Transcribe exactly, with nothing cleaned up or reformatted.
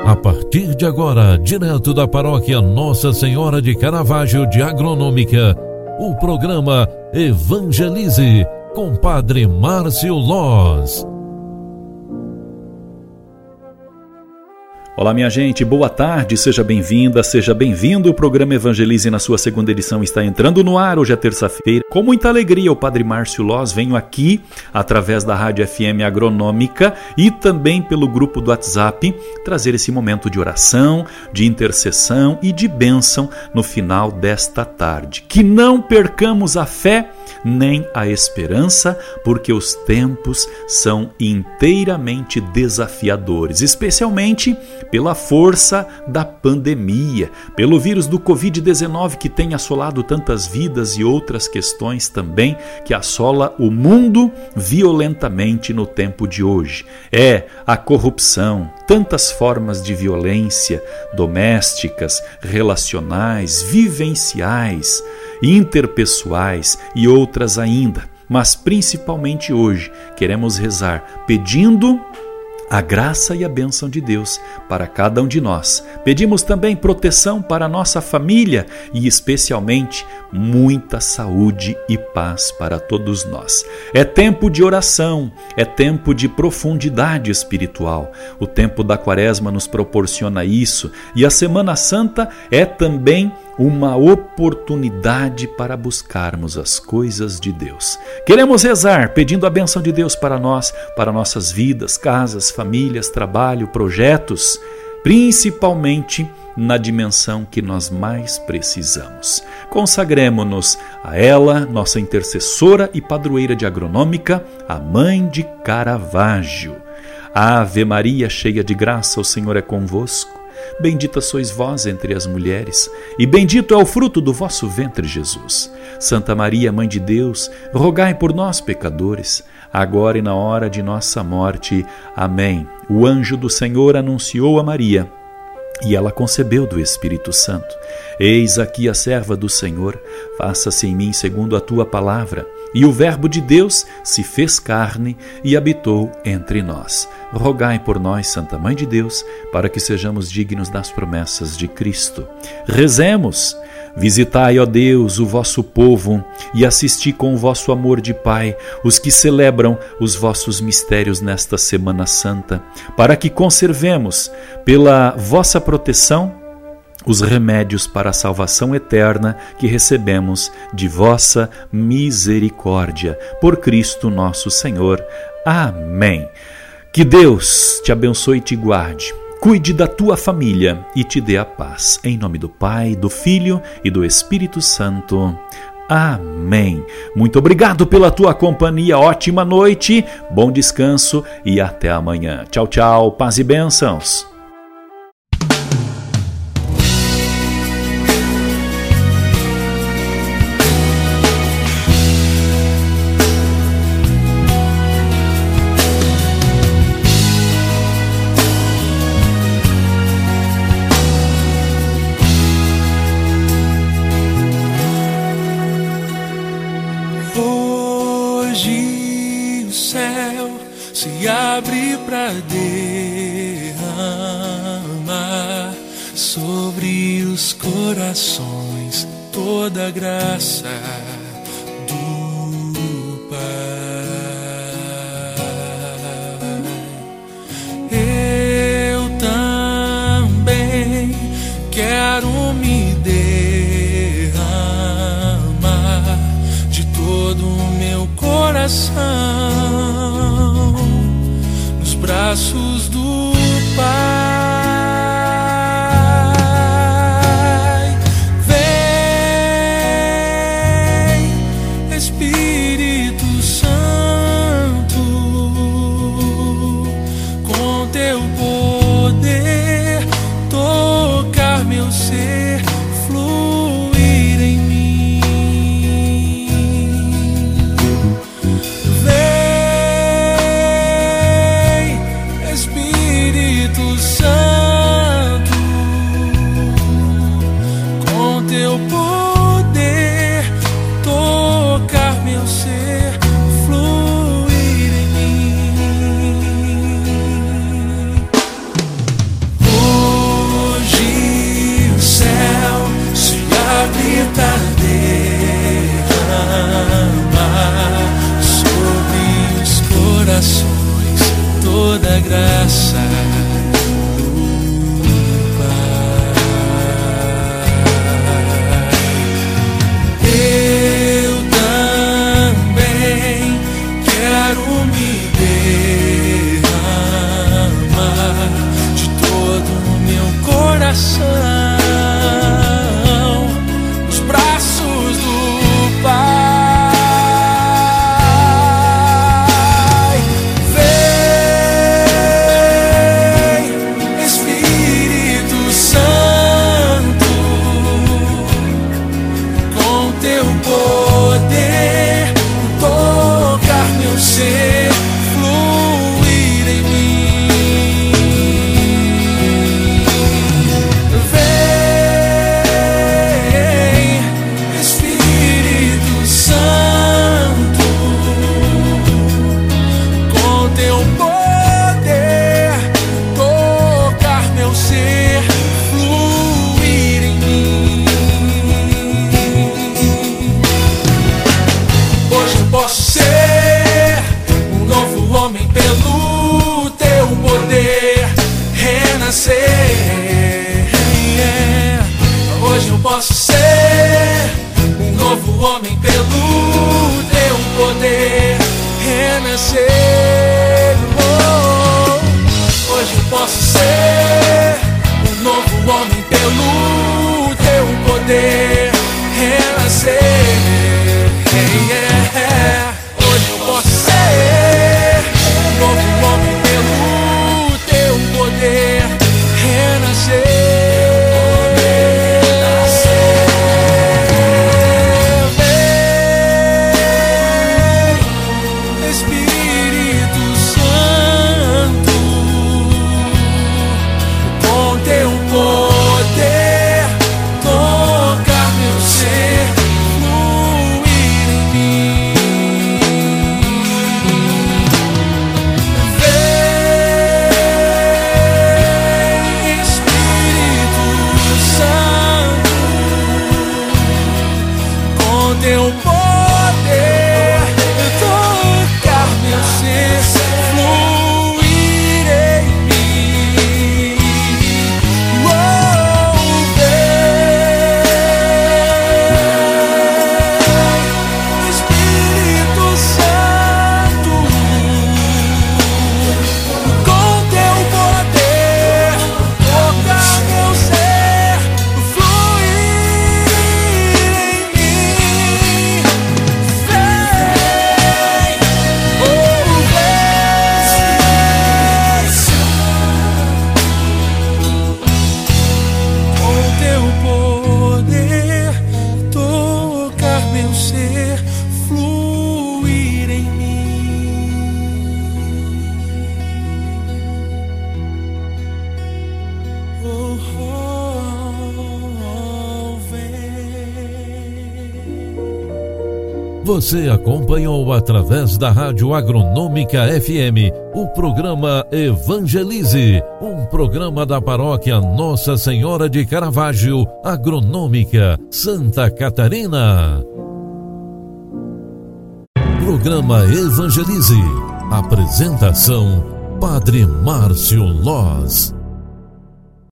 A partir de agora, direto da paróquia Nossa Senhora de Caravaggio de Agronômica, o programa Evangelize com Padre Márcio Loz. Olá, minha gente, boa tarde, seja bem-vinda, seja bem-vindo. O programa Evangelize, na sua segunda edição, está entrando no ar. Hoje é terça-feira. Com muita alegria, o Padre Márcio Loz venho aqui, através da Rádio F M Agronômica e também pelo grupo do WhatsApp, trazer esse momento de oração, de intercessão e de bênção no final desta tarde. Que não percamos a fé nem a esperança, porque os tempos são inteiramente desafiadores, especialmente pela força da pandemia, pelo vírus do covid dezenove que tem assolado tantas vidas e outras questões também que assola o mundo violentamente no tempo de hoje. É a corrupção, tantas formas de violência domésticas, relacionais, vivenciais, interpessoais e outras ainda. Mas principalmente hoje queremos rezar pedindo a graça e a bênção de Deus para cada um de nós. Pedimos também proteção para a nossa família e especialmente muita saúde e paz para todos nós. É tempo de oração, é tempo de profundidade espiritual. O tempo da Quaresma nos proporciona isso e a Semana Santa é também uma oportunidade para buscarmos as coisas de Deus. Queremos rezar pedindo a bênção de Deus para nós, para nossas vidas, casas, famílias, trabalho, projetos, principalmente na dimensão que nós mais precisamos. Consagremo-nos a ela, nossa intercessora e padroeira de Agronômica, a Mãe de Caravaggio. Ave Maria, cheia de graça, o Senhor é convosco. Bendita sois vós entre as mulheres, e bendito é o fruto do vosso ventre, Jesus. Santa Maria, Mãe de Deus, rogai por nós, pecadores, agora e na hora de nossa morte. Amém. O anjo do Senhor anunciou a Maria, e ela concebeu do Espírito Santo. Eis aqui a serva do Senhor, faça-se em mim segundo a tua palavra. E o Verbo de Deus se fez carne e habitou entre nós. Rogai por nós, Santa Mãe de Deus, para que sejamos dignos das promessas de Cristo. Rezemos. Visitai, ó Deus, o vosso povo e assisti com o vosso amor de Pai os que celebram os vossos mistérios nesta Semana Santa, para que conservemos, pela vossa proteção, os remédios para a salvação eterna que recebemos de vossa misericórdia. Por Cristo nosso Senhor. Amém. Que Deus te abençoe e te guarde. Cuide da tua família e te dê a paz. Em nome do Pai, do Filho e do Espírito Santo. Amém. Muito obrigado pela tua companhia. Ótima noite, bom descanso e até amanhã. Tchau, tchau. Paz e bênçãos. Se abre pra derramar sobre os corações toda a graça do Pai. Eu também quero me derramar de todo o meu coração braços do Pai. Vem, Espírito Santo, com teu poder tocar meu ser, fluir em mim. Vem, Espírito corações toda a graça do Pai. Eu também quero me derramar de todo o meu coração nos braços do Pai. Vem, Espírito Santo, com teu poder tocar meu ser, fluir em mim. Vem, Espírito Santo, com teu poder tocar meu ser, fluir em mim. Hoje eu posso ser um novo homem pelo teu poder, renascer. Yeah. Hoje eu posso ser um novo homem pelo teu poder, renascer. Oh. Hoje eu posso ser um novo homem pelo teu poder, renascer. Yeah. Hoje eu posso ser um novo homem pelo teu poder, renascer. Vem, Espírito Santo, com teu poder tocar meu ser, fluir em mim. Vem, Espírito Santo, com teu poder tocar meu ser, fluir em mim. Oh, vem, Espírito Santo, com teu poder tocar meu ser, fluir em mim. Vem, oh, vem, com teu poder tocar meu ser, fluir em mim. Oh, oh, vem. Você acompanhou através da Rádio Agronômica F M o programa Evangelize, um programa da paróquia Nossa Senhora de Caravaggio, Agronômica, Santa Catarina. Programa Evangelize. Apresentação: Padre Márcio Loz.